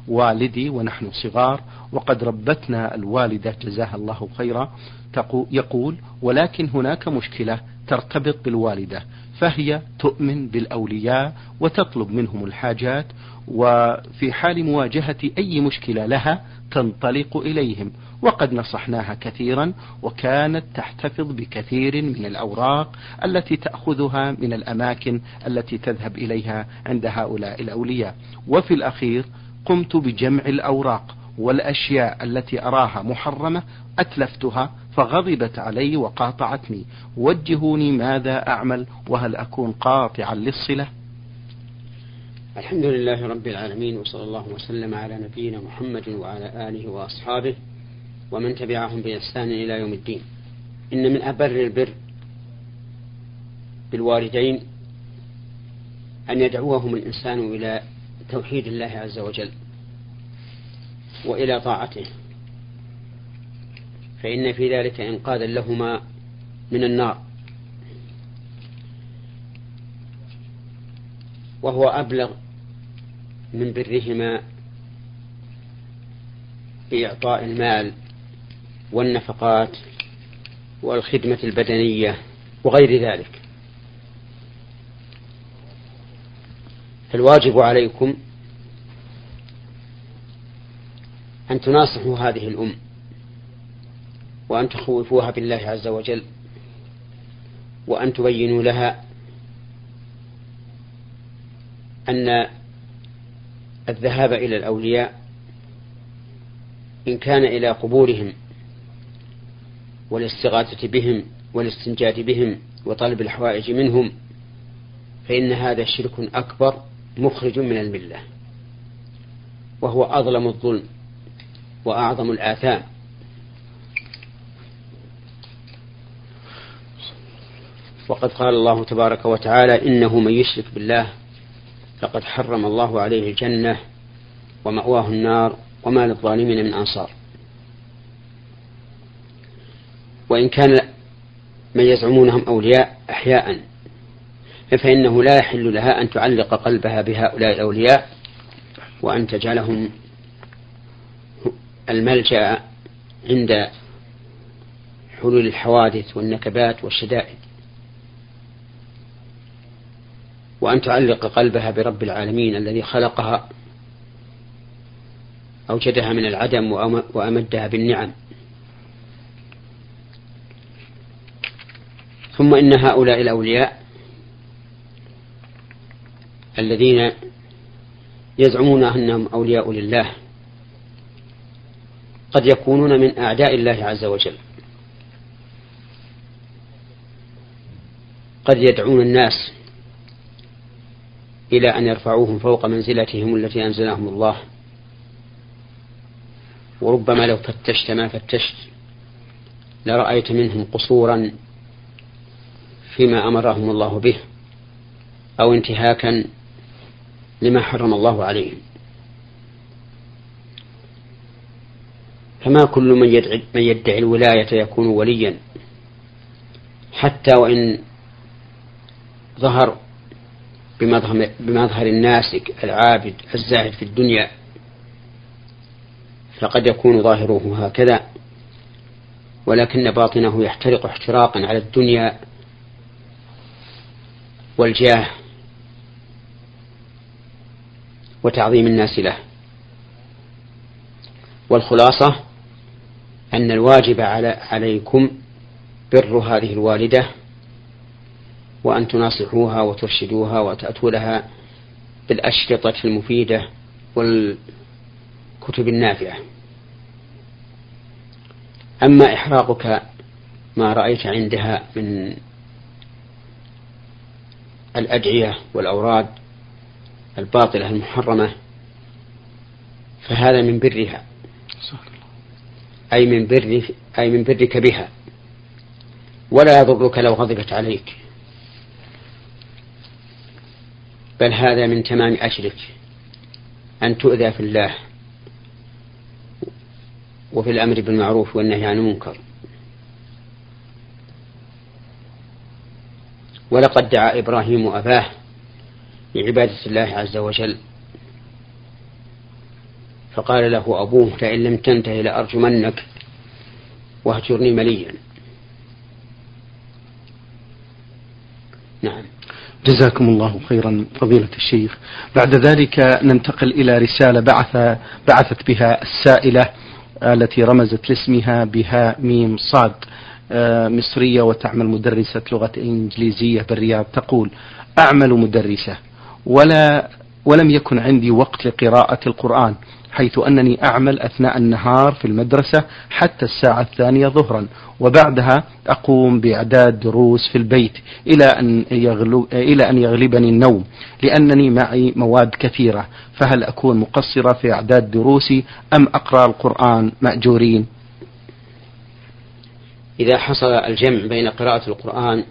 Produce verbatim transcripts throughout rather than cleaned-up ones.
والدي ونحن صغار، وقد ربتنا الوالدة جزاها الله خيرا، يقول: ولكن هناك مشكلة ترتبط بالوالدة، فهي تؤمن بالأولياء وتطلب منهم الحاجات، وفي حال مواجهة أي مشكلة لها تنطلق إليهم، وقد نصحناها كثيرا، وكانت تحتفظ بكثير من الأوراق التي تأخذها من الأماكن التي تذهب إليها عند هؤلاء الأولياء. وفي الأخير قمت بجمع الأوراق والأشياء التي أراها محرمة أتلفتها، فغضبت علي وقاطعتني. وجهوني ماذا أعمل، وهل أكون قاطعا للصلة؟ الحمد لله رب العالمين، وصلى الله وسلم على نبينا محمد وعلى آله وأصحابه ومن تبعهم بإحسان إلى يوم الدين. إن من أبر البر بالوالدين أن يدعوهم الإنسان إلى توحيد الله عز وجل وإلى طاعته، فإن في ذلك إنقاذا لهما من النار، وهو أبلغ من برهما بإعطاء المال والنفقات والخدمة البدنية وغير ذلك. فالواجب عليكم أن تناصحوا هذه الأم وأن تخوفوها بالله عز وجل، وأن تبينوا لها أن الذهاب إلى الأولياء إن كان إلى قبورهم والاستغاثة بهم والاستنجاد بهم وطلب الحوائج منهم فإن هذا شرك أكبر مخرج من الملة، وهو أظلم الظلم وأعظم الآثام. وقد قال الله تبارك وتعالى: إنه من يشرك بالله فقد حرم الله عليه الجنة ومأواه النار وما للظالمين من أنصار. وإن كان من يزعمونهم أولياء أحياء فإنه لا يحل لها أن تعلق قلبها بهؤلاء الأولياء وأن تجعلهم الملجأ عند حلول الحوادث والنكبات والشدائد، وأن تعلق قلبها برب العالمين الذي خلقها، أوجدها من العدم وأمدها بالنعم. ثم إن هؤلاء الأولياء الذين يزعمون أنهم أولياء لله قد يكونون من أعداء الله عز وجل، قد يدعون الناس إلى أن يرفعوهم فوق منزلتهم التي أنزلهم الله، وربما لو فتشت ما فتشت لرأيت منهم قصورا فيما أمرهم الله به أو انتهاكا لما حرم الله عليهم. فما كل من يدعي, من يدعي الولاية يكون وليا، حتى وإن ظهر بمظهر الناسك العابد الزاهد في الدنيا، فقد يكون ظاهره هكذا ولكن باطنه يحترق احتراقا على الدنيا والجاه وتعظيم الناس له. والخلاصة أن الواجب على عليكم بر هذه الوالدة، وأن تناصحوها وترشدوها وتأتوا لها بالأشرطة المفيدة والكتب النافعة. أما إحراقك ما رأيت عندها من الأدعية والأوراد الباطلة المحرمة فهذا من برها، أي من بر أي من برك بها، ولا يضرك لو غضبت عليك، بل هذا من تمام أجرك أن تؤذى في الله وفي الأمر بالمعروف والنهي عن المنكر. ولقد دعا إبراهيم أباه لعبادة الله عز وجل، فقال له أبوه لئن لم تنته لأرجمنك واهجرني مليا. نعم. جزاكم الله خيرا فضيلة الشيخ. بعد ذلك ننتقل إلى رسالة بعث بعثت بها السائلة التي رمزت لاسمها بها ميم صاد، مصرية وتعمل مدرسة لغة إنجليزية بالرياض. تقول: أعمل مدرسة ولا ولم يكن عندي وقت لقراءة القرآن، حيث أنني أعمل أثناء النهار في المدرسة حتى الساعة الثانية ظهرا، وبعدها أقوم بإعداد دروس في البيت إلى أن يغلب إلى أن يغلبني النوم، لأنني معي مواد كثيرة. فهل أكون مقصرة في إعداد دروسي أم أقرأ القرآن مأجورين؟ إذا حصل الجمع بين قراءة القرآن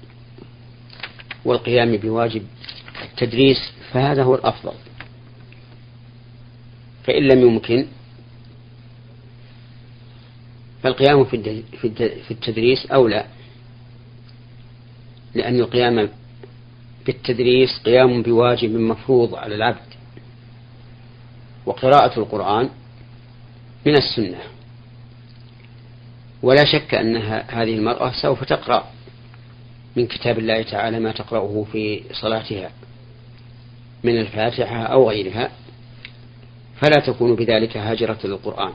والقيام بواجب التدريس فهذا هو الأفضل، فإن لم يمكن فالقيام في التدريس أولى، لأن القيام بالتدريس قيام بواجب مفروض على العبد، وقراءة القرآن من السنة. ولا شك أن هذه المرأة سوف تقرأ من كتاب الله تعالى ما تقرأه في صلاتها من الفاتحة أو غيرها، فلا تكون بذلك هاجرة للقرآن.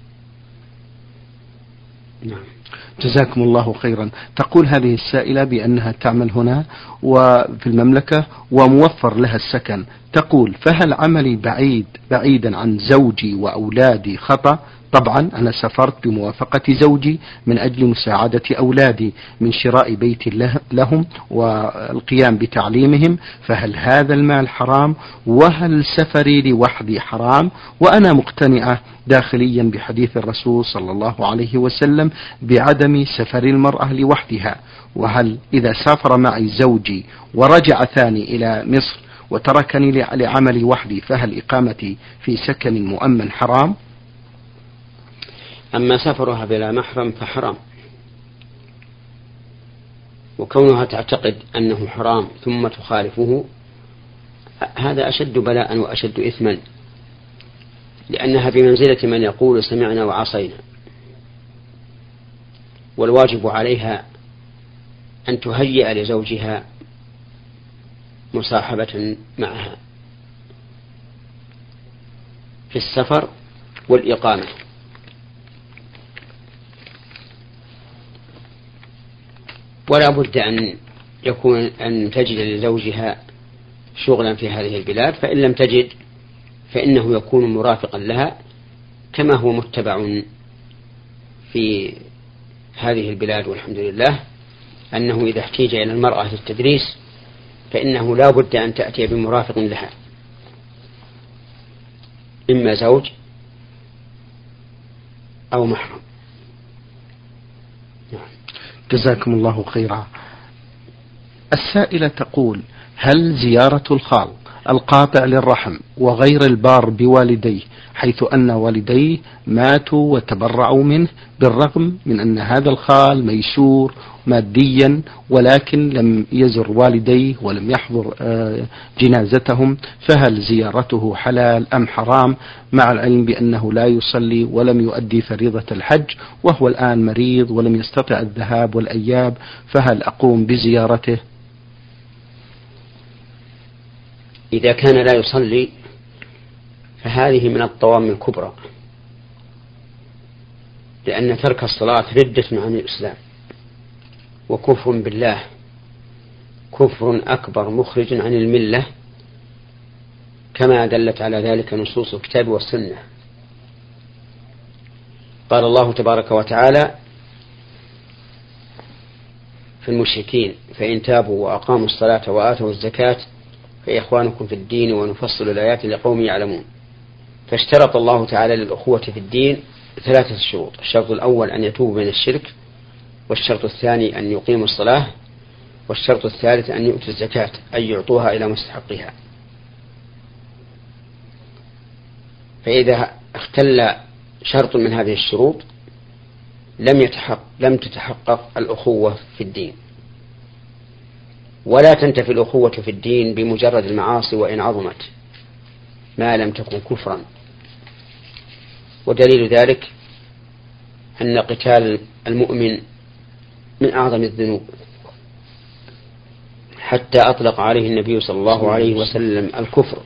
نعم. جزاكم الله خيرا. تقول هذه السائلة بأنها تعمل هنا وفي المملكة وموفر لها السكن. تقول: فهل عملي بعيد بعيدا عن زوجي وأولادي خطأ؟ طبعا أنا سافرت بموافقة زوجي من أجل مساعدة أولادي من شراء بيت لهم والقيام بتعليمهم، فهل هذا المال حرام؟ وهل سفري لوحدي حرام؟ وأنا مقتنعة داخليا بحديث الرسول صلى الله عليه وسلم بعدم سفر المرأة لوحدها. وهل إذا سافر معي زوجي ورجع ثاني إلى مصر وتركني لعملي وحدي فهل إقامتي في سكن مؤمن حرام؟ أما سفرها بلا محرم فحرام، وكونها تعتقد أنه حرام ثم تخالفه هذا أشد بلاء وأشد إثما، لأنها بمنزلة من يقول سمعنا وعصينا. والواجب عليها أن تهيئ لزوجها مصاحبة معها في السفر والإقامة. ولا بد أن يكون أن تجد لزوجها شغلا في هذه البلاد، فإن لم تجد فإنه يكون مرافقا لها، كما هو متبع في هذه البلاد والحمد لله، أنه إذا احتيج إلى المرأة في التدريس فإنه لا بد أن تأتي بمرافق لها، إما زوج أو محرم. جزاكم الله خيرا. السائلة تقول: هل زيارة الخال القاطع للرحم وغير البار بوالديه، حيث أن والديه ماتوا وتبرعوا منه بالرغم من أن هذا الخال ميسور ماديا، ولكن لم يزر والديه ولم يحضر جنازتهم، فهل زيارته حلال أم حرام، مع العلم بأنه لا يصلي ولم يؤدي فريضة الحج وهو الآن مريض ولم يستطع الذهاب والأياب، فهل أقوم بزيارته؟ إذا كان لا يصلي فهذه من الطوام الكبرى، لأن ترك الصلاة ردة عن الإسلام وكفر بالله، كفر أكبر مخرج عن الملة، كما دلت على ذلك نصوص الكتاب والسنة. قال الله تبارك وتعالى في المشركين: فإن تابوا وأقاموا الصلاة وآتوا الزكاة فإخوانكم في الدين ونفصل الآيات لقوم يعلمون. فاشترط الله تعالى للأخوة في الدين ثلاثة شروط: الشرط الأول أن يتوبوا من الشرك، والشرط الثاني أن يقيموا الصلاة، والشرط الثالث أن يؤتوا الزكاة أي يعطوها إلى مستحقها. فإذا اختل شرط من هذه الشروط لم يتحقق لم تتحقق الأخوة في الدين، ولا تنتفي الأخوة في الدين بمجرد المعاصي وإن عظمت ما لم تكن كفرا. ودليل ذلك أن قتال المؤمن من أعظم الذنوب، حتى أطلق عليه النبي صلى الله عليه وسلم الكفر،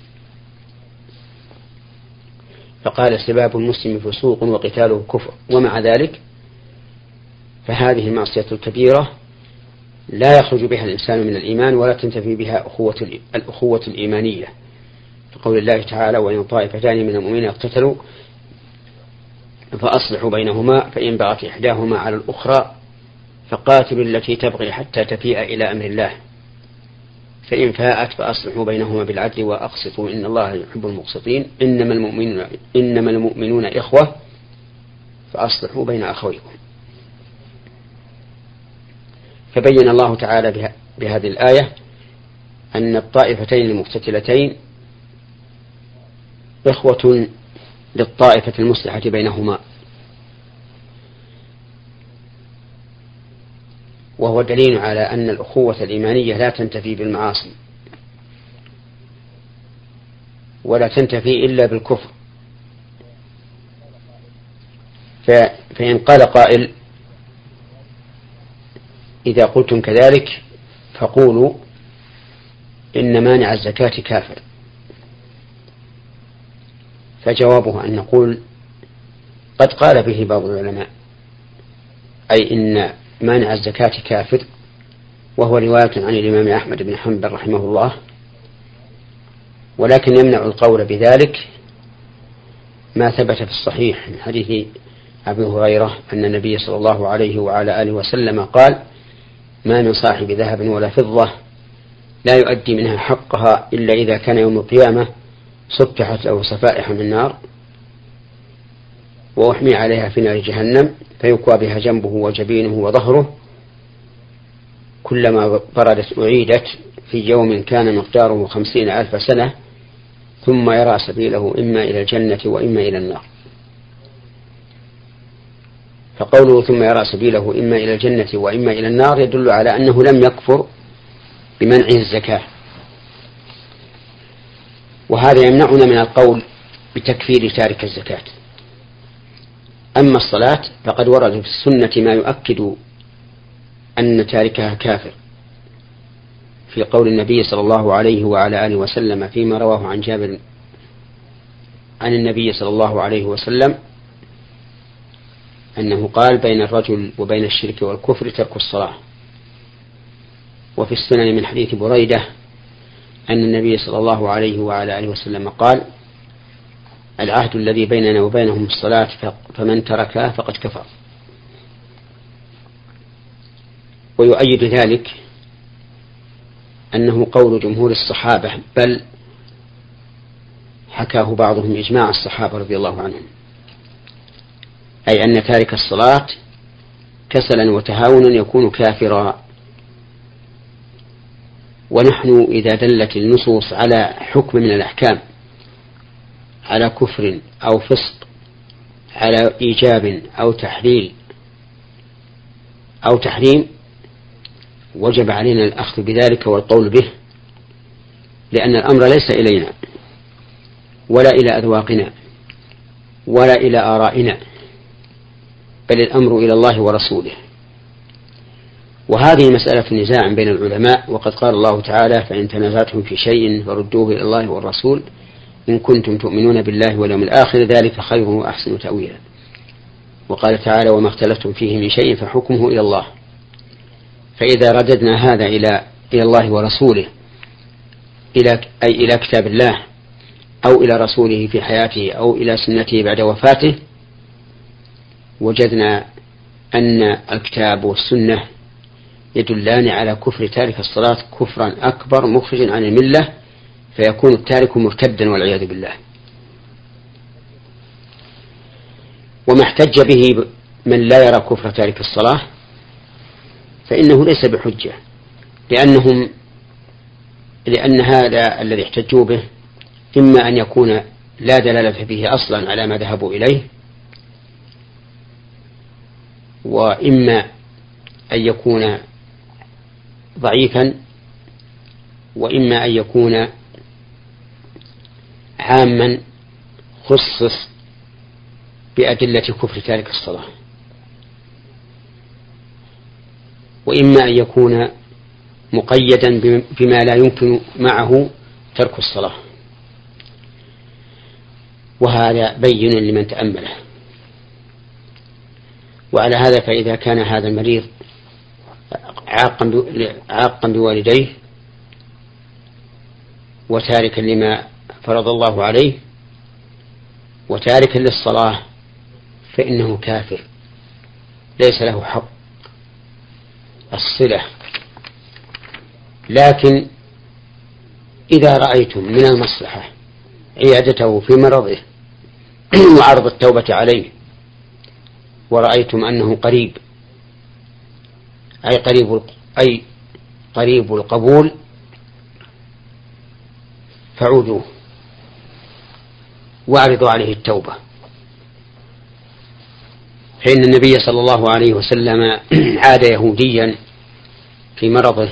فقال سباب المسلم فسوق وقتاله كفر. ومع ذلك فهذه المعصية الكبيرة لا يخرج بها الإنسان من الإيمان ولا تنتفي بها أخوة الأخوة الإيمانية، فقول الله تعالى: وإن طائفتان من المؤمنين اقتتلوا فأصلحوا بينهما فإن بغت إحداهما على الأخرى فقاتلوا التي تبغي حتى تفيء إلى أمر الله فإن فاءت فأصلحوا بينهما بالعدل وأقسطوا إن الله يحب المقسطين إنما المؤمنون, إنما المؤمنون إخوة فأصلحوا بين أخويكم. فبين الله تعالى بهذه الآية أن الطائفتين المقتتلتين إخوة للطائفة المصلحة بينهما، وهو دليل على أن الأخوة الإيمانية لا تنتفي بالمعاصي ولا تنتفي إلا بالكفر. فإن قال قائل: إذا قلتم كذلك فقولوا إن مانع الزكاة كافر، فجوابه أن نقول: قد قال به بعض العلماء، أي إن مانع الزكاة كافر، وهو رواية عن الإمام أحمد بن حنبل رحمه الله، ولكن يمنع القول بذلك ما ثبت في الصحيح من حديث أبي هريرة أن النبي صلى الله عليه وعلى آله وسلم قال: ما من صاحب ذهب ولا فضة لا يؤدي منها حقها إلا إذا كان يوم القيامة سفحت له صفائح من نار وأحمي عليها في نار جهنم فيكوى بها جنبه وجبينه وظهره كلما بردت أعيدت في يوم كان مقداره خمسين ألف سنة ثم يرى سبيله إما إلى الجنة وإما إلى النار. فقوله ثم يرى سبيله إما إلى الجنة وإما إلى النار يدل على أنه لم يكفر بمنعه الزكاة، وهذا يمنعنا من القول بتكفير تارك الزكاة. أما الصلاة فقد ورد في السنة ما يؤكد أن تاركها كافر، في قول النبي صلى الله عليه وعلى آله وسلم فيما رواه عن جابر عن النبي صلى الله عليه وسلم أنه قال: بين الرجل وبين الشرك والكفر ترك الصلاة. وفي السنن من حديث بريدة أن النبي صلى الله عليه وعلى آله وسلم قال: العهد الذي بيننا وبينهم الصلاة فمن تركها فقد كفر. ويؤيد ذلك أنه قول جمهور الصحابة، بل حكاه بعضهم إجماع الصحابة رضي الله عنهم، أي أن تارك الصلاة كسلا وتهاونا يكون كافرا. ونحن إذا دلت النصوص على حكم من الأحكام على كفر أو فسق، على إيجاب أو تحليل أو تحريم، وجب علينا الأخذ بذلك والقول به، لأن الأمر ليس إلينا ولا إلى أذواقنا ولا إلى آرائنا، بل الأمر إلى الله ورسوله. وهذه مسألة نزاع بين العلماء، وقد قال الله تعالى: فإن تنازعتم في شيء فردوه إلى الله والرسول إن كنتم تؤمنون بالله واليوم الآخر ذلك خير وأحسن تأويلا. وقال تعالى: وما اختلفتم فيه من شيء فحكمه إلى الله. فإذا رددنا هذا إلى إلى الله ورسوله، إلى أي إلى كتاب الله أو إلى رسوله في حياته أو إلى سنته بعد وفاته، وجدنا أن الكتاب والسنة يدلان على كفر تارك الصلاة كفرا أكبر مخرجا عن الملة، فيكون التارك مرتدا والعياذ بالله. وما احتج به من لا يرى كفر تارك الصلاة فإنه ليس بحجة، لأنهم لأن هذا الذي احتجوا به إما أن يكون لا دلالة فيه أصلا على ما ذهبوا إليه، وإما أن يكون ضعيفا، وإما أن يكون عاما خصص بأدلة كفر تارك الصلاة، وإما أن يكون مقيدا بما لا يمكن معه ترك الصلاة، وهذا بين لمن تأمله. وعلى هذا فإذا كان هذا المريض عاقا بوالديه وتاركا لما فرض الله عليه وتاركا للصلاة فإنه كافر ليس له حق الصلة. لكن إذا رأيتم من المصلحة عيادته في مرضه وعرض التوبة عليه، ورأيتم أنه قريب أي قريب أي قريب القبول، فعودوه واعرضوا عليه التوبة، فإن النبي صلى الله عليه وسلم عاد يهوديا في مرضه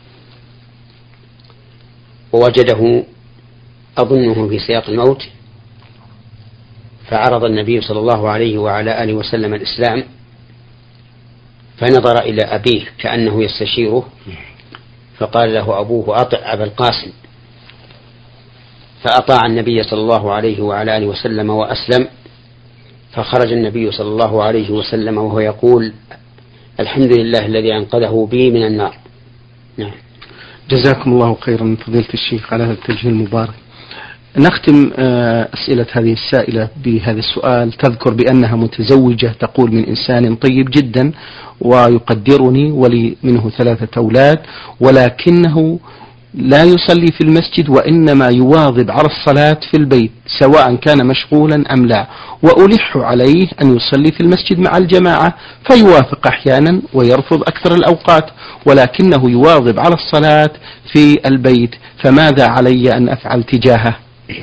ووجده أظنه في سياق الموت، فعرض النبي صلى الله عليه وعلى آله وسلم الإسلام، فنظر إلى أبيه كأنه يستشيره، فقال له أبوه: أطع أبا القاسم، فأطاع النبي صلى الله عليه وعلى آله وسلم وأسلم. فخرج النبي صلى الله عليه وسلم وهو يقول: الحمد لله الذي أنقذه بي من النار. نعم. جزاكم الله خيرا فضيلة الشيخ على هذا التوجيه المبارك. نختم أسئلة هذه السائلة بهذا السؤال. تذكر بأنها متزوجة، تقول: من إنسان طيب جدا ويقدرني ولي منه ثلاثة أولاد، ولكنه لا يصلي في المسجد وإنما يواظب على الصلاة في البيت سواء كان مشغولا أم لا، وألح عليه أن يصلي في المسجد مع الجماعة فيوافق أحيانا ويرفض أكثر الأوقات، ولكنه يواظب على الصلاة في البيت، فماذا علي أن أفعل تجاهه؟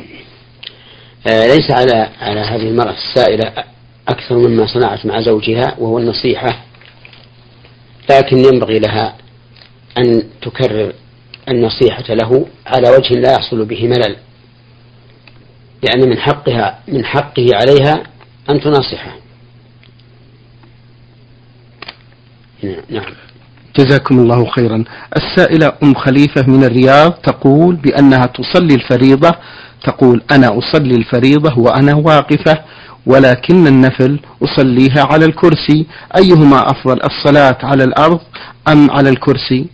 ليس على على هذه المرأة السائلة أكثر مما صنعت مع زوجها، وهو النصيحة، لكن ينبغي لها أن تكرر النصيحة له على وجه لا يحصل به ملل، لأن من حقها من حقه عليها أن تناصحه. نعم. جزاكم الله خيرا. السائلة أم خليفة من الرياض تقول بأنها تصلي الفريضة، تقول: أنا أصلي الفريضة وأنا واقفة، ولكن النفل أصليها على الكرسي، أيهما أفضل، الصلاة على الأرض أم على الكرسي؟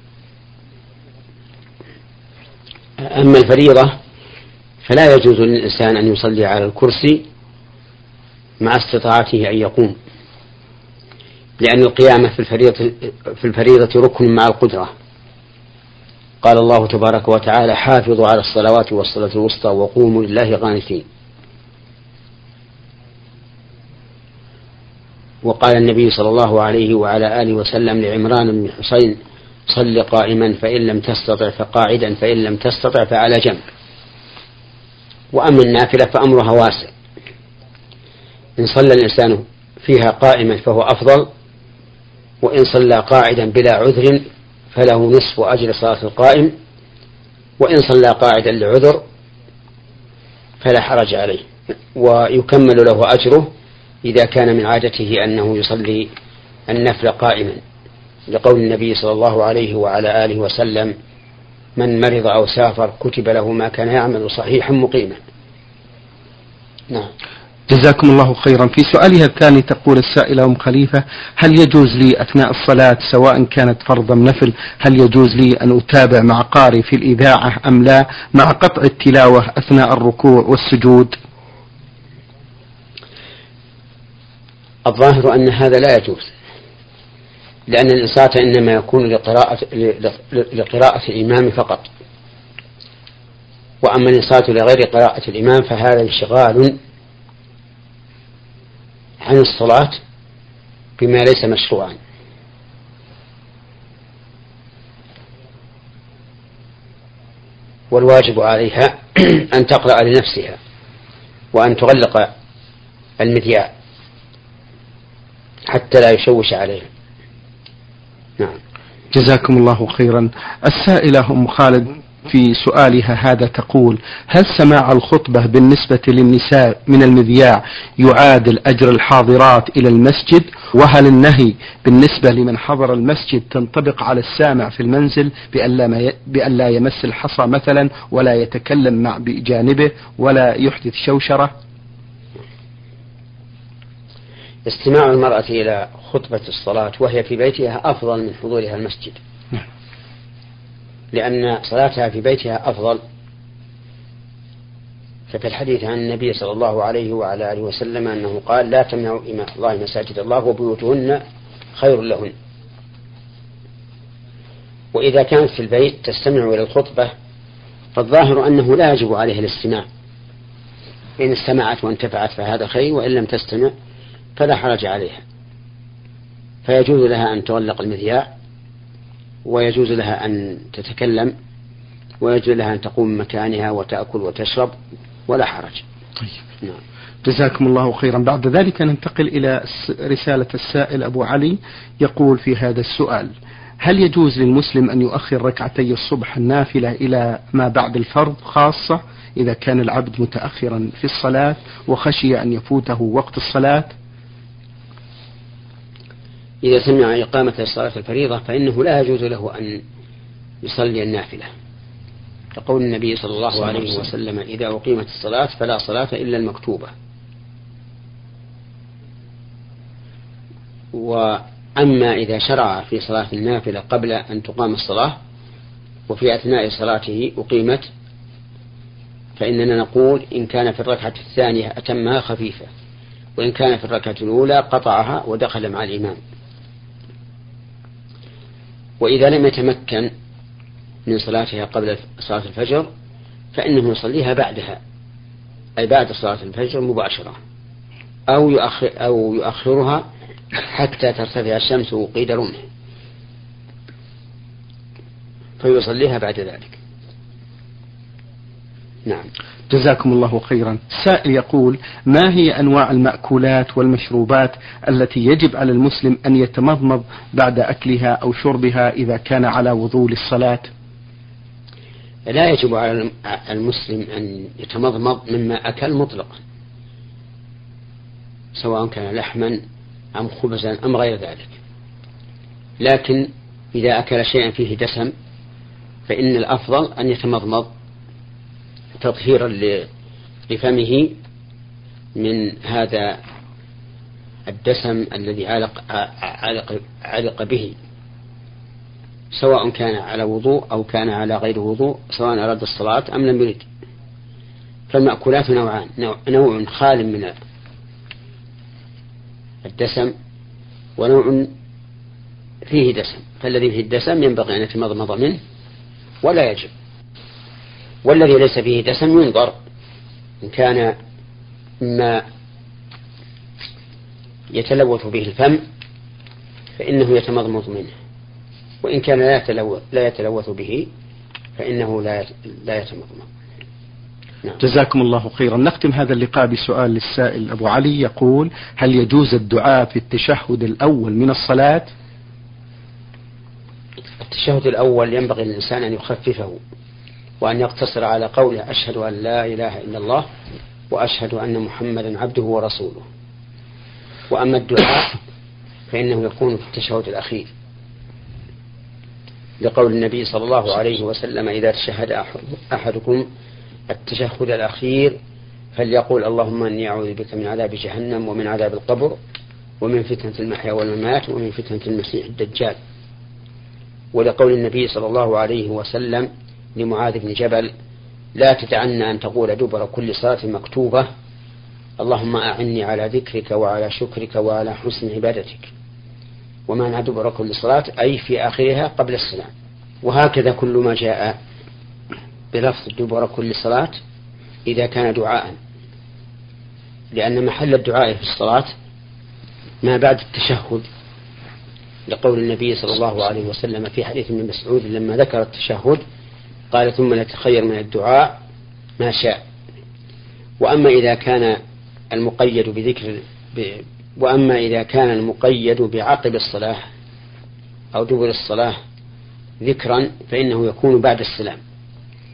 أما الفريضة فلا يجوز للإنسان أن يصلي على الكرسي مع استطاعته أن يقوم، لأن القيامة في الفريضة, في الفريضة ركن مع القدرة. قال الله تبارك وتعالى: حافظوا على الصلوات والصلاة الوسطى وقوموا لله قانتين. وقال النبي صلى الله عليه وعلى آله وسلم لعمران بن حسين: صل قائما فإن لم تستطع فقاعدا فإن لم تستطع فعلى جنب. وأما النافلة فأمرها واسع، إن صلى الإنسان فيها قائما فهو أفضل، وإن صلى قاعدا بلا عذر فله نصف أجر صلاة القائم، وإن صلى قاعدا لعذر فلا حرج عليه، ويكمل له أجره إذا كان من عادته أنه يصلي النفل قائما، لقول النبي صلى الله عليه وعلى آله وسلم: من مرض أو سافر كتب له ما كان يعمل صحيحا مقيما. نعم. جزاكم الله خيرا. في سؤالها الثاني تقول السائلة أم خليفة: هل يجوز لي أثناء الصلاة سواء كانت فرض أم نفل، هل يجوز لي أن أتابع مع قارئ في الإذاعة أم لا، مع قطع التلاوة أثناء الركوع والسجود؟ الظاهر أن هذا لا يجوز، لأن الإنصات إنما يكون لقراءة, لقراءة الإمام فقط، وأما الإنصات لغير قراءة الإمام فهذا انشغال عن الصلاة بما ليس مشروعا. والواجب عليها أن تقرأ لنفسها وأن تغلق المذياع حتى لا يشوش عليها. نعم. جزاكم الله خيرا. السائلة أم خالد في سؤالها هذا تقول: هل سماع الخطبة بالنسبة للنساء من المذياع يعادل أجر الحاضرات إلى المسجد؟ وهل النهي بالنسبة لمن حضر المسجد تنطبق على السامع في المنزل بأن لا يمس الحصى مثلا، ولا يتكلم مع بجانبه، ولا يحدث شوشرة؟ استماع المرأة إلى خطبة الصلاة وهي في بيتها أفضل من حضورها المسجد، لأن صلاتها في بيتها أفضل. ففي الحديث عن النبي صلى الله عليه وعلى آله وسلم أنه قال: لا تمنعوا إماء الله مساجد الله وبيوتهن خير لهن. وإذا كانت في البيت تستمع إلى الخطبة فالظاهر أنه لا يجب عليها الاستماع، إن استمعت وانتفعت فهذا خير، وإن لم تستمع فلا حرج عليها، فيجوز لها أن تغلق المذياع، ويجوز لها أن تتكلم، ويجوز لها أن تقوم من مكانها وتأكل وتشرب ولا حرج. طيب. نعم. جزاكم الله خيرا. بعد ذلك ننتقل إلى رسالة السائل أبو علي، يقول في هذا السؤال: هل يجوز للمسلم أن يؤخر ركعتي الصبح النافلة إلى ما بعد الفرض، خاصة إذا كان العبد متأخرا في الصلاة وخشي أن يفوته وقت الصلاة؟ إذا سمع إقامة الصلاة الفريضة فإنه لا يجوز له أن يصلي النافلة، يقول النبي صلى الله عليه وسلم: إذا أقيمت الصلاة فلا صلاة إلا المكتوبة. وأما إذا شرع في صلاة النافلة قبل أن تقام الصلاة وفي أثناء صلاته أقيمت، فإننا نقول: إن كان في الركعة الثانية أتمها خفيفة، وإن كان في الركعة الأولى قطعها ودخل مع الإمام. وإذا لم يتمكن من صلاتها قبل صلاة الفجر فإنه يصليها بعدها، أي بعد صلاة الفجر مباشرة، أو يؤخر أو يؤخرها حتى ترتفع الشمس قيد رمح فيصليها بعد ذلك. نعم. جزاكم الله خيرا. السائل يقول: ما هي أنواع المأكولات والمشروبات التي يجب على المسلم أن يتمضمض بعد أكلها أو شربها إذا كان على وضوء للصلاة؟ لا يجب على المسلم أن يتمضمض مما أكل مطلقا، سواء كان لحما أم خبزا أم غير ذلك، لكن إذا أكل شيئا فيه دسم فإن الأفضل أن يتمضمض تطهيرا لفمه من هذا الدسم الذي علق, علق, علق به، سواء كان على وضوء أو كان على غير وضوء، سواء أراد الصلاة أم لم يرد. فالمأكولات نوعان: نوع خال من الدسم، ونوع فيه دسم. فالذي فيه الدسم ينبغي أن يتمضمض منه ولا يجب، والذي ليس فيه دسم ينظر إن كان ما يتلوث به الفم فإنه يتمضمض منه، وإن كان لا يتلوث, لا يتلوث به فإنه لا لا يتمضمض. نعم. جزاكم الله خيرا. نختم هذا اللقاء بسؤال للسائل أبو علي، يقول: هل يجوز الدعاء في التشهد الأول من الصلاة؟ التشهد الأول ينبغي للإنسان أن يخففه وأن يقتصر على قوله: أشهد أن لا إله إلا الله وأشهد أن محمدا عبده ورسوله. وأما الدعاء فإنه يكون في التشهد الأخير، لقول النبي صلى الله عليه وسلم: إذا تشهد أحدكم التشهد الأخير فليقول: اللهم إني أعوذ بك من عذاب جهنم ومن عذاب القبر ومن فتنة المحيا والممات ومن فتنة المسيح الدجال. ولقول النبي صلى الله عليه وسلم لمعاذ بن جبل: لا تدعن أن تقول دبر كل صلاة مكتوبة: اللهم أعني على ذكرك وعلى شكرك وعلى حسن عبادتك. ومعنى دبر كل صلاة أي في آخرها قبل السلام. وهكذا كل ما جاء بلفظ دبر كل صلاة إذا كان دعاء، لأن محل الدعاء في الصلاة ما بعد التشهد، لقول النبي صلى الله عليه وسلم في حديث ابن مسعود لما ذكر التشهد قال: ثم نتخير من الدعاء ما شاء. وأما إذا كان المقيد بذكر ب... وأما إذا كان المقيد بعقب الصلاة أو دبر الصلاة ذكرا فإنه يكون بعد السلام،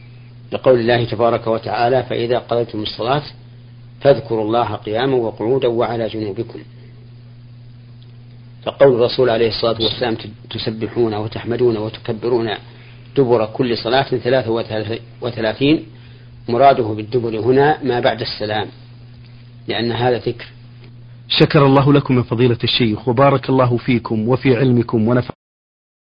لقول الله تبارك وتعالى فإذا قضيتم الصلاة فاذكروا الله قياما وقعودا وعلى جنوبكم. فقول الرسول عليه الصلاة والسلام تسبحون وتحمدون وتكبرون دبر كل صلاة ثلاثة وثلاثين مراده بالدبر هنا ما بعد السلام، لأن هذا ذكر. شكر الله لكم من فضيلة الشيخ وبارك الله فيكم وفي علمكم ونفع